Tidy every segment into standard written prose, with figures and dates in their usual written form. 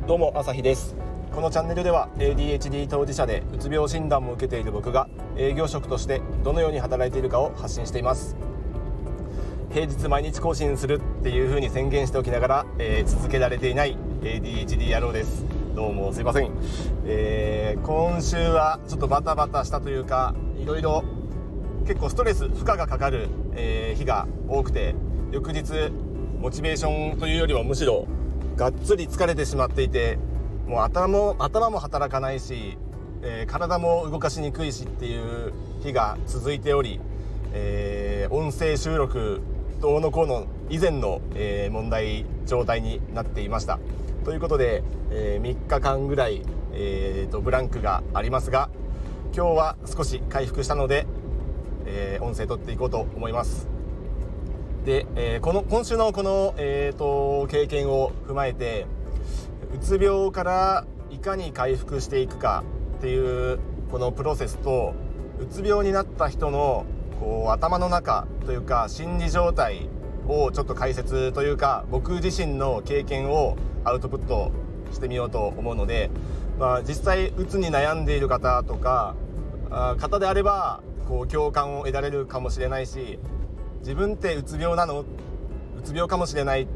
どうも朝日です。このチャンネルでは ADHD 当事者でうつ病診断も受けている僕が営業職としてどのように働いているかを発信しています。平日毎日更新するっていう風に宣言しておきながら、続けられていない ADHD 野郎です。どうもすいません。今週はちょっとバタバタしたというか、いろいろ結構ストレス負荷がかかる、日が多くて、翌日モチベーションというよりはむしろがっつり疲れてしまっていて、もう頭も働かないし、体も動かしにくいしっていう日が続いており、音声収録どうのこうの以前の、問題状態になっていました。ということで、3日間ぐらい、ブランクがありますが、今日は少し回復したので、音声取っていこうと思います。で、今週のこの、経験を踏まえて、うつ病からいかに回復していくかっていうこのプロセスと、うつ病になった人の頭の中というか心理状態をちょっと解説というか、僕自身の経験をアウトプットしてみようと思うので、実際うつに悩んでいる方とか方であれば共感を得られるかもしれないし、自分ってうつ病なの？うつ病かもしれないって、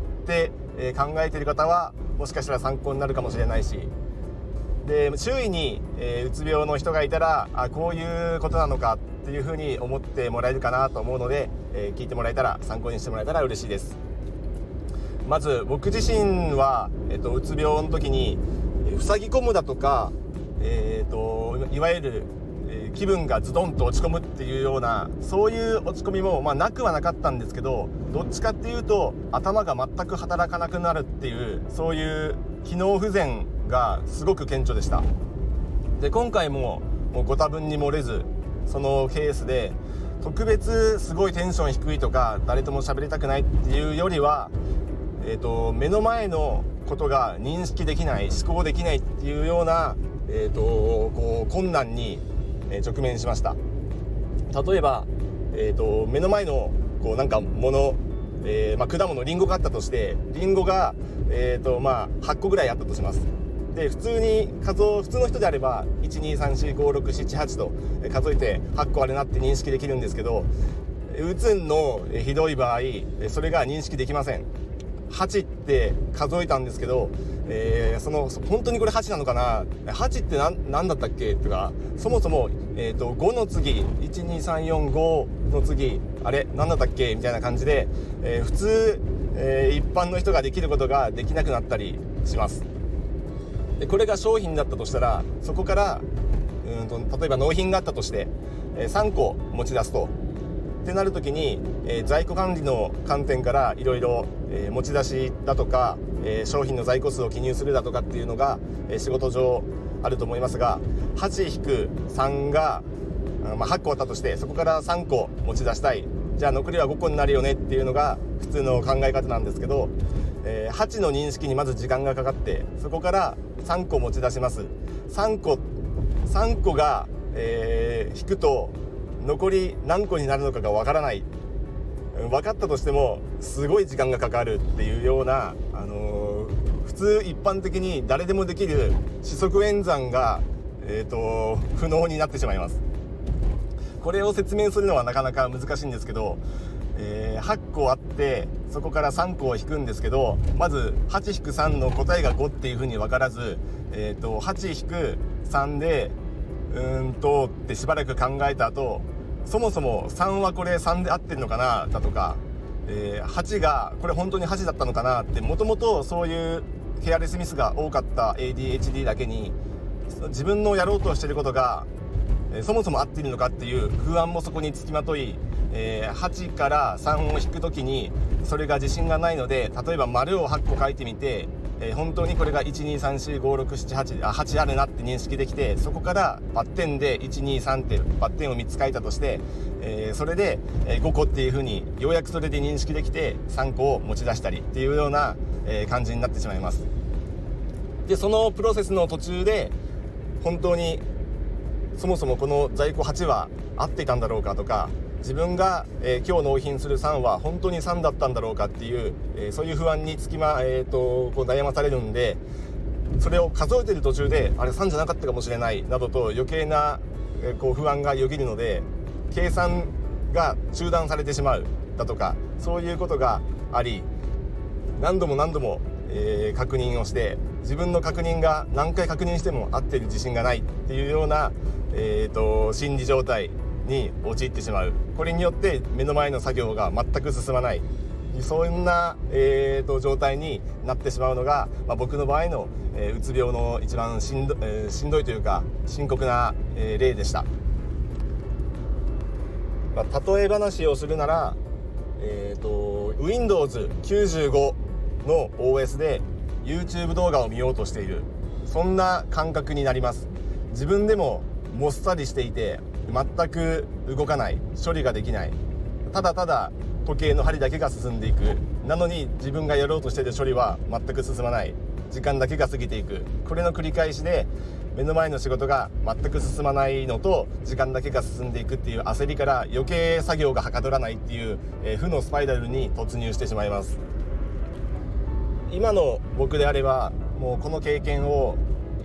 考えている方はもしかしたら参考になるかもしれないし、で周囲に、うつ病の人がいたらこういうことなのかっていうふうに思ってもらえるかなと思うので、聞いてもらえたら、参考にしてもらえたら嬉しいです。まず僕自身は、うつ病の時に塞ぎ込むだとか、いわゆる気分がズドンと落ち込むっていうような、そういう落ち込みもなくはなかったんですけど、どっちかっていうと頭が全く働かなくなるっていう、そういう機能不全がすごく顕著でした。で今回もご多分に漏れずそのケースで、特別すごいテンション低いとか誰とも喋りたくないっていうよりは、目の前のことが認識できない、思考できないっていうような、困難に直面しました。例えば、目の前のなんかもの、果物リンゴがあったとして、リンゴが、8個ぐらいあったとします。で普通の人であれば 1,2,3,4,5,6,7,8 と数えて8個あるなって認識できるんですけど、うつのひどい場合それが認識できません。8って数えたんですけど、本当にこれ8なのかな、8って何だったっけとか、そもそも、5の次 1,2,3,4,5 の次あれ何だったっけみたいな感じで、普通、一般の人ができることができなくなったりします。でこれが商品だったとしたら、そこから例えば納品があったとして、3個持ち出すとってなるときに、在庫管理の観点からいろいろ持ち出しだとか、商品の在庫数を記入するだとかっていうのが、仕事上あると思いますが、8-3が、8個あったとして、そこから3個持ち出したい、じゃあ残りは5個になるよねっていうのが普通の考え方なんですけど、8の認識にまず時間がかかって、そこから3個持ち出します。3個が、引くと残り何個になるのかがわからない。分かったとしてもすごい時間がかかるっていうような、普通一般的に誰でもできる四則演算が、不能になってしまいます。これを説明するのはなかなか難しいんですけど、8個あってそこから3個を引くんですけど、まず 8-3 の答えが5っていう風に分からず、8-3 でってしばらく考えた後、そもそも3はこれ3で合ってるのかなだとか、8がこれ本当に8だったのかなって、もともとそういうケアレスミスが多かった ADHD だけに、自分のやろうとしていることがそもそも合っているのかっていう不安もそこにつきまとい、8から3を引くときにそれが自信がないので、例えば丸を8個書いてみて、本当にこれが 1,2,3,4,5,6,7,8 あるなって認識できて、そこからバッテンで 1,2,3 ってバッテンを3つ書いたとして、それで5個っていう風にようやくそれで認識できて3個を持ち出したりっていうような感じになってしまいます。でそのプロセスの途中で本当にそもそもこの在庫8は合っていたんだろうかとか、自分が、今日納品する3は本当に3だったんだろうかっていう、そういう不安にこう悩まされるんで、 それを数えている途中であれ3じゃなかったかもしれないなどと余計な不安がよぎるので、計算が中断されてしまうだとか、そういうことがあり、何度も確認をして、自分の確認が何回確認しても合っている自信がないっていうような、心理状態に陥ってしまう。これによって目の前の作業が全く進まない、そんな、状態になってしまうのが、僕の場合の、うつ病の一番しんどいというか深刻な、例でした。例え話をするなら、Windows 95の OS で YouTube 動画を見ようとしている、そんな感覚になります。自分でももっさりしていて全く動かない、処理ができない、ただただ時計の針だけが進んでいく。なのに自分がやろうとしている処理は全く進まない、時間だけが過ぎていく。これの繰り返しで目の前の仕事が全く進まないのと時間だけが進んでいくっていう焦りから余計作業がはかどらないっていう、負のスパイラルに突入してしまいます。今の僕であればもうこの経験を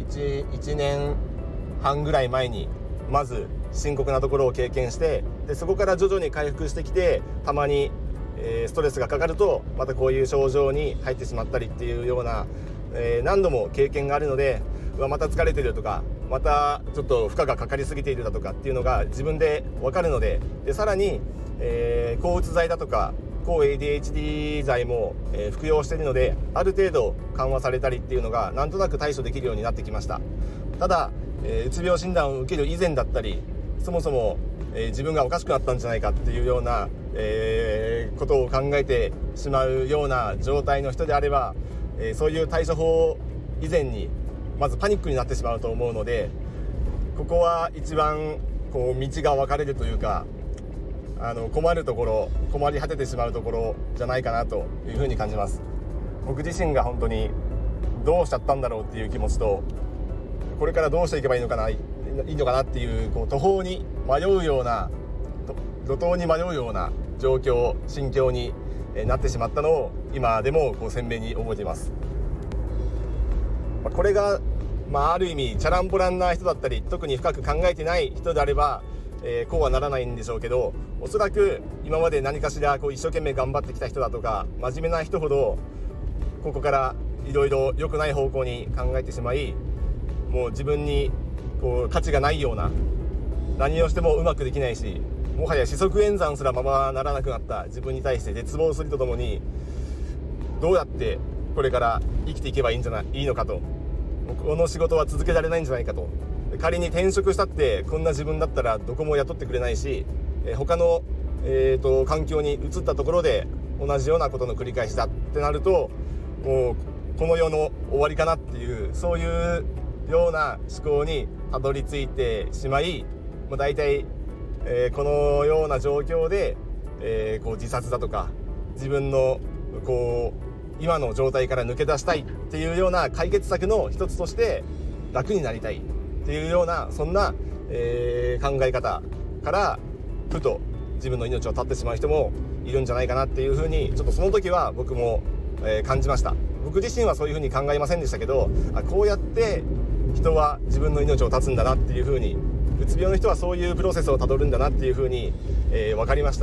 1年半ぐらい前にまず深刻なところを経験して、でそこから徐々に回復してきて、たまに、ストレスがかかるとまたこういう症状に入ってしまったりっていうような、何度も経験があるので、また疲れてるとか、またちょっと負荷がかかりすぎているだとかっていうのが自分で分かるので、さらに、抗うつ剤だとか抗 ADHD 剤も、服用しているので、ある程度緩和されたりっていうのがなんとなく対処できるようになってきました。ただ、うつ病診断を受ける以前だったり、そもそも、自分がおかしくなったんじゃないかっていうような、ことを考えてしまうような状態の人であれば、そういう対処法以前にまずパニックになってしまうと思うので、ここは一番道が分かれるというか、困るところ、困り果ててしまうところじゃないかなというふうに感じます。僕自身が本当にどうしちゃったんだろうっていう気持ちと、これからどうしていけばいいのかなっていう途方に迷うような路頭に迷うような状況、心境になってしまったのを今でも鮮明に覚えています。これが、ある意味チャランポランな人だったり、特に深く考えてない人であれば、こうはならないんでしょうけど、おそらく今まで何かしら一生懸命頑張ってきた人だとか真面目な人ほど、ここからいろいろ良くない方向に考えてしまい、もう自分に価値がないような、何をしてもうまくできないし、もはや四則演算すらままならなくなった自分に対して絶望するとともに、どうやってこれから生きていけばいいのかと、この仕事は続けられないんじゃないかと、仮に転職したってこんな自分だったらどこも雇ってくれないし、他の、環境に移ったところで同じようなことの繰り返しだってなると、もうこの世の終わりかなっていう、そういうような思考にたどり着いてしまい、大体、このような状況で、自殺だとか、自分の今の状態から抜け出したいっていうような解決策の一つとして楽になりたいっていうような、そんな、考え方からふと自分の命を絶ってしまう人もいるんじゃないかなっていうふうに、ちょっとその時は僕も、感じました。僕自身はそういうふうに考えませんでしたけど、こうやって人は自分の命を絶つんだなっていうふうに、うつ病の人はそういうプロセスをたどるんだなっていうふうに、分かりました。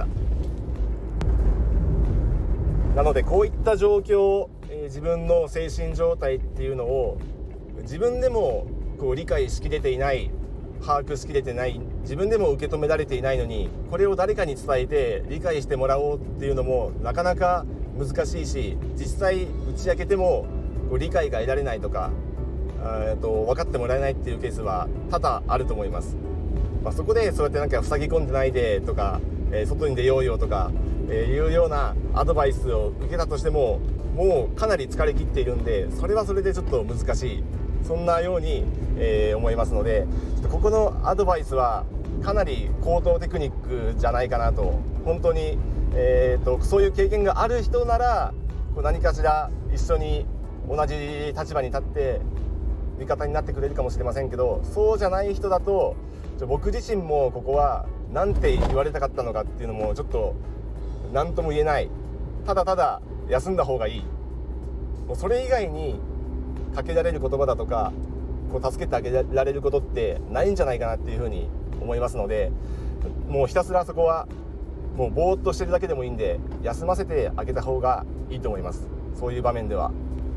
なのでこういった状況、自分の精神状態っていうのを自分でも理解しきれていない、把握しきれてない、自分でも受け止められていないのに、これを誰かに伝えて理解してもらおうっていうのもなかなか難しいし、実際打ち明けても理解が得られないとか、分かってもらえないっていうケースは多々あると思います。そこでそうやって塞ぎ込んでないでとか、外に出ようよとか、いうようなアドバイスを受けたとしても、もうかなり疲れ切っているんで、それはそれでちょっと難しい、そんなように、思いますので、ちょっとここのアドバイスはかなり高等テクニックじゃないかなと。本当に、そういう経験がある人なら何かしら一緒に同じ立場に立って味方になってくれるかもしれませんけど、そうじゃない人だと僕自身もここは何て言われたかったのかっていうのもちょっと何とも言えない。ただただ休んだ方がいい、もうそれ以外にかけられる言葉だとかこう助けてあげられることってないんじゃないかなっていうふうに思いますので、もうひたすらそこはもうぼーっとしてるだけでもいいんで休ませてあげた方がいいと思います。そういう場面では。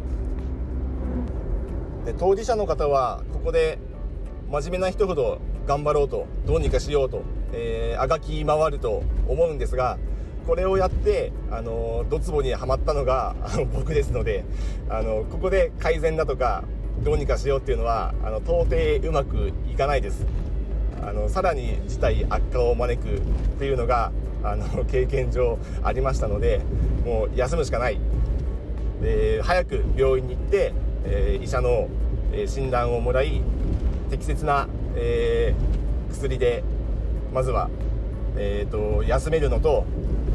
で当事者の方はここで真面目な人ほど頑張ろうとどうにかしようと、あがき回ると思うんですが、これをやってドツボにはまったのが僕ですので、ここで改善だとかどうにかしようっていうのは到底うまくいかないです。さらに事態悪化を招くっていうのが経験上ありましたので、もう休むしかない。で早く病院に行って、医者の診断をもらい適切な、薬でまずは、休めるのと、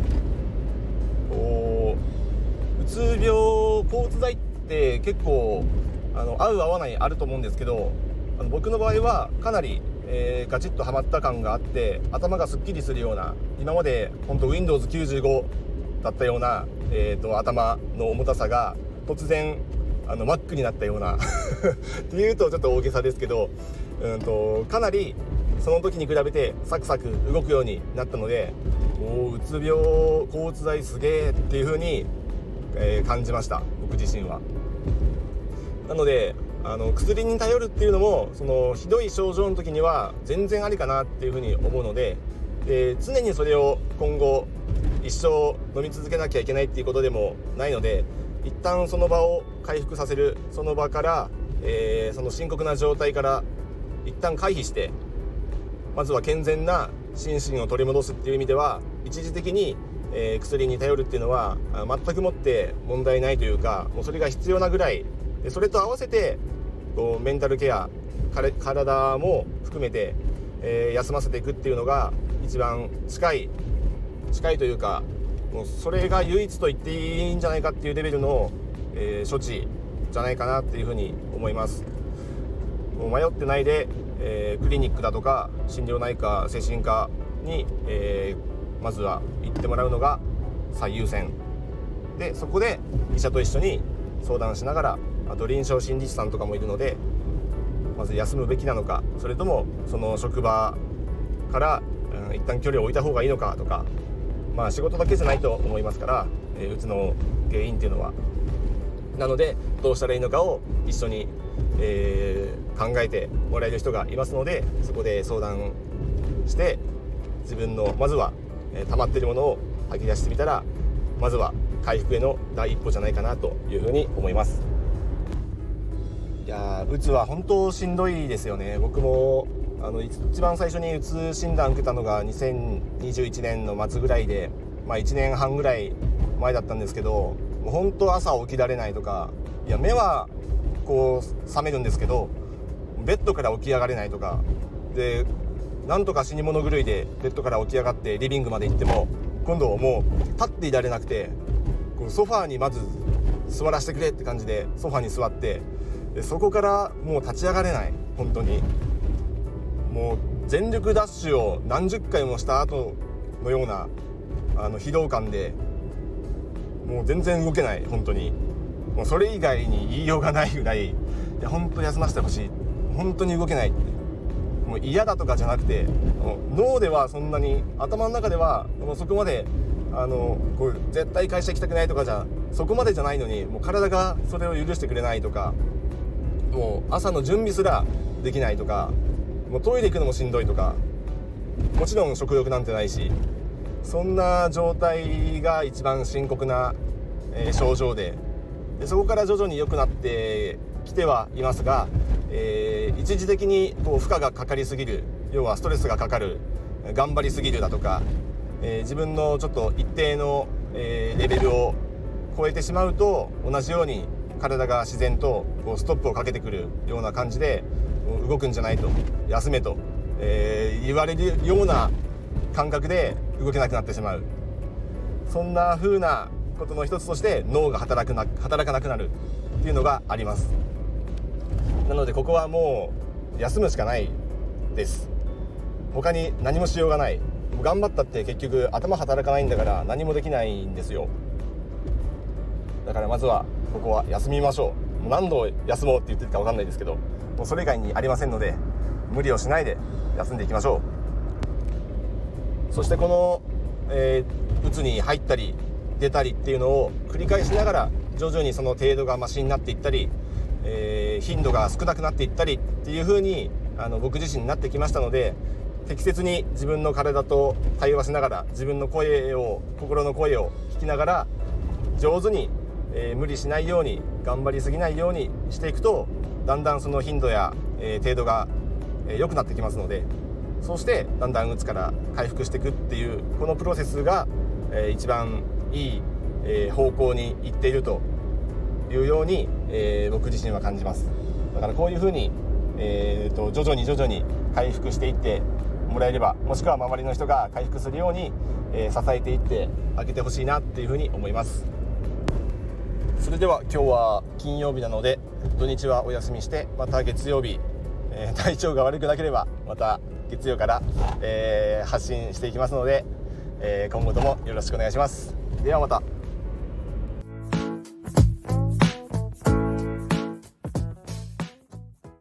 うつ病抗うつ剤って結構合う合わないあると思うんですけど、僕の場合はかなり、ガチッとはまった感があって頭がすっきりするような、今まで本当 Windows95 だったような、頭の重たさが突然Mac になったようなっていうとちょっと大げさですけど、かなりその時に比べてサクサク動くようになったので、うつ病抗うつ剤すげーっていう風に、感じました、僕自身は。なので薬に頼るっていうのもそのひどい症状の時には全然ありかなっていう風に思うので、常にそれを今後一生飲み続けなきゃいけないっていうことでもないので、一旦その場を回復させる、その場から、その深刻な状態から一旦回避して、まずは健全な心身を取り戻すっていう意味では一時的に、薬に頼るっていうのは全くもって問題ないというか、もうそれが必要なぐらいで、それと合わせてこうメンタルケア、体も含めて、休ませていくっていうのが一番近いというか、もうそれが唯一と言っていいんじゃないかっていうレベルの、処置じゃないかなっていうふうに思います。もう迷ってないで、クリニックだとか心療内科、精神科に、まずは行ってもらうのが最優先で、そこで医者と一緒に相談しながら、あと臨床心理士さんとかもいるので、まず休むべきなのか、それともその職場から、一旦距離を置いた方がいいのかとか、仕事だけじゃないと思いますから、うつの原因っていうのは。なのでどうしたらいいのかを一緒に、考えてもらえる人がいますので、そこで相談して自分のまずは、溜まっているものを吐き出してみたら、まずは回復への第一歩じゃないかなというふうに思います。いやうつは本当しんどいですよね。僕も一番最初にうつ診断受けたのが2021年の末ぐらいで、1年半ぐらい前だったんですけど、もう本当朝起きられないとか、いや目はこう覚めるんですけどベッドから起き上がれないとかで、なんとか死に物狂いでベッドから起き上がってリビングまで行っても今度もう立っていられなくて、こうソファーにまず座らせてくれって感じでソファーに座って、でそこからもう立ち上がれない。本当にもう全力ダッシュを何十回もした後のような疲労感で、もう全然動けない。本当にもうそれ以外に言いようがないぐらい、いや本当休ませてほしい、本当に動けない、もう嫌だとかじゃなくて、脳ではそんなに、頭の中ではもうそこまでこう絶対会社行きたくないとかそこまでじゃないのに、もう体がそれを許してくれないとか、もう朝の準備すらできないとか、もうトイレ行くのもしんどいとか、もちろん食欲なんてないし、そんな状態が一番深刻な、症状で、そこから徐々に良くなってきてはいますが、一時的にこう負荷がかかりすぎる、要はストレスがかかる、頑張りすぎるだとか、自分のちょっと一定の、レベルを超えてしまうと、同じように体が自然とこうストップをかけてくるような感じで、動くんじゃないと、休めと、言われるような感覚で動けなくなってしまう。そんな風なことの一つとして脳が働かなくなるっていうのがあります。なのでここはもう休むしかないです。他に何もしようがない。頑張ったって結局頭働かないんだから何もできないんですよ。だからまずはここは休みましょう。 何度休もうって言ってるか分かんないですけど、もうそれ以外にありませんので、無理をしないで休んでいきましょう。そしてこの、うつに入ったり出たりっていうのを繰り返しながら、徐々にその程度がマシになっていったり、頻度が少なくなっていったりっていう風に僕自身になってきましたので、適切に自分の体と対話しながら、自分の心の声を聞きながら上手に、無理しないように、頑張りすぎないようにしていくと、だんだんその頻度や、程度が良くなってきますので、そうしてだんだんうつから回復していくっていう、このプロセスが、一番いい、方向に行っているというように、僕自身は感じます。だからこういうふうに、徐々に回復していってもらえれば、もしくは周りの人が回復するように、支えていってあげてほしいなっていうふうに思います。それでは今日は金曜日なので、土日はお休みして、また月曜日、体調が悪くなければまた月曜から、発信していきますので、今後ともよろしくお願いします。ではまた。